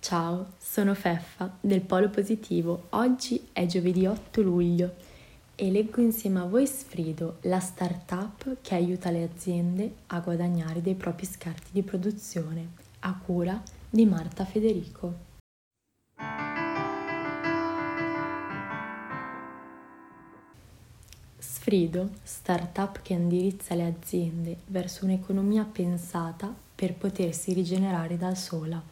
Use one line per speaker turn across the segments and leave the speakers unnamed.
Ciao, sono Feffa del Polo Positivo. Oggi è giovedì 8 luglio e leggo insieme a voi Sfrido, la startup che aiuta le aziende a guadagnare dei propri scarti di produzione, a cura di Marta Federico. Sfrido, startup che indirizza le aziende verso un'economia pensata per potersi rigenerare da sola.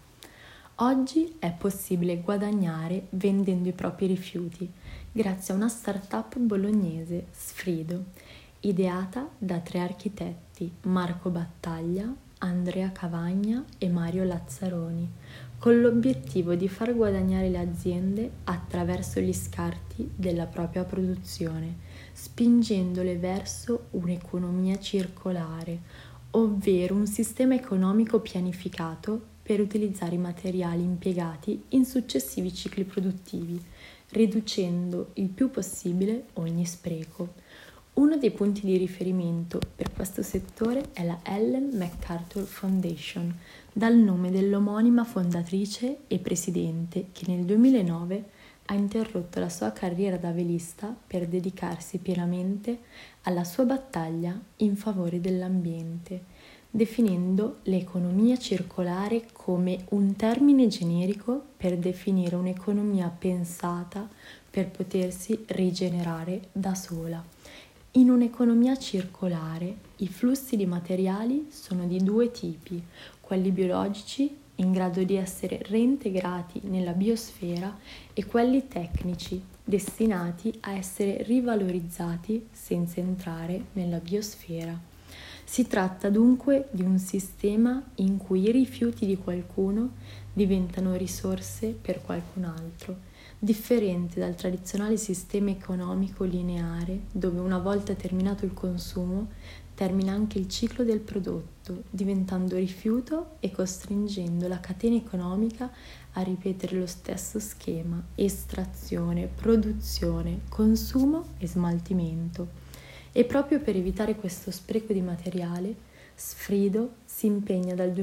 Oggi è possibile guadagnare vendendo i propri rifiuti grazie a una startup bolognese, Sfrido, ideata da 3 architetti, Marco Battaglia, Andrea Cavagna e Mario Lazzaroni, con l'obiettivo di far guadagnare le aziende attraverso gli scarti della propria produzione, spingendole verso un'economia circolare, ovvero un sistema economico pianificato per utilizzare i materiali impiegati in successivi cicli produttivi, riducendo il più possibile ogni spreco. Uno dei punti di riferimento per questo settore è la Ellen MacArthur Foundation, dal nome dell'omonima fondatrice e presidente che nel 2009 ha interrotto la sua carriera da velista per dedicarsi pienamente alla sua battaglia in favore dell'ambiente, definendo l'economia circolare come un termine generico per definire un'economia pensata per potersi rigenerare da sola. In un'economia circolare i flussi di materiali sono di 2 tipi, quelli biologici in grado di essere reintegrati nella biosfera e quelli tecnici destinati a essere rivalorizzati senza entrare nella biosfera. Si tratta dunque di un sistema in cui i rifiuti di qualcuno diventano risorse per qualcun altro, differente dal tradizionale sistema economico lineare dove una volta terminato il consumo termina anche il ciclo del prodotto, diventando rifiuto e costringendo la catena economica a ripetere lo stesso schema: estrazione, produzione, consumo e smaltimento. E proprio per evitare questo spreco di materiale, Sfrido si impegna dal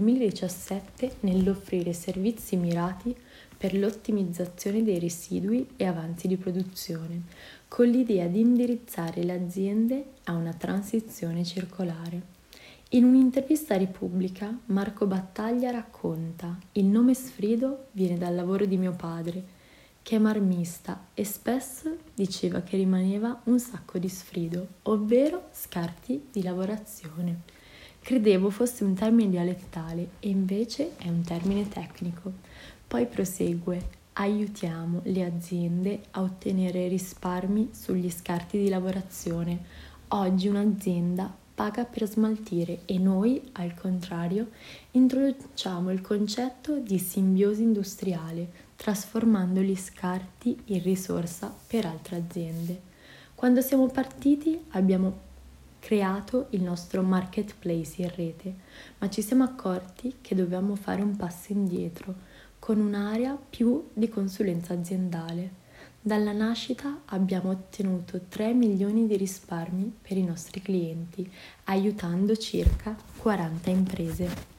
2017 nell'offrire servizi mirati per l'ottimizzazione dei residui e avanzi di produzione, con l'idea di indirizzare le aziende a una transizione circolare. In un'intervista a Repubblica, Marco Battaglia racconta: il nome Sfrido viene dal lavoro di mio padre, che è marmista e spesso diceva che rimaneva un sacco di sfrido, ovvero scarti di lavorazione. Credevo fosse un termine dialettale e invece è un termine tecnico. Poi prosegue: aiutiamo le aziende a ottenere risparmi sugli scarti di lavorazione. Oggi un'azienda paga per smaltire e noi, al contrario, introduciamo il concetto di simbiosi industriale, trasformando gli scarti in risorsa per altre aziende. Quando siamo partiti abbiamo creato il nostro marketplace in rete, ma ci siamo accorti che dovevamo fare un passo indietro, con un'area più di consulenza aziendale. Dalla nascita abbiamo ottenuto 3 milioni di risparmi per i nostri clienti, aiutando circa 40 imprese.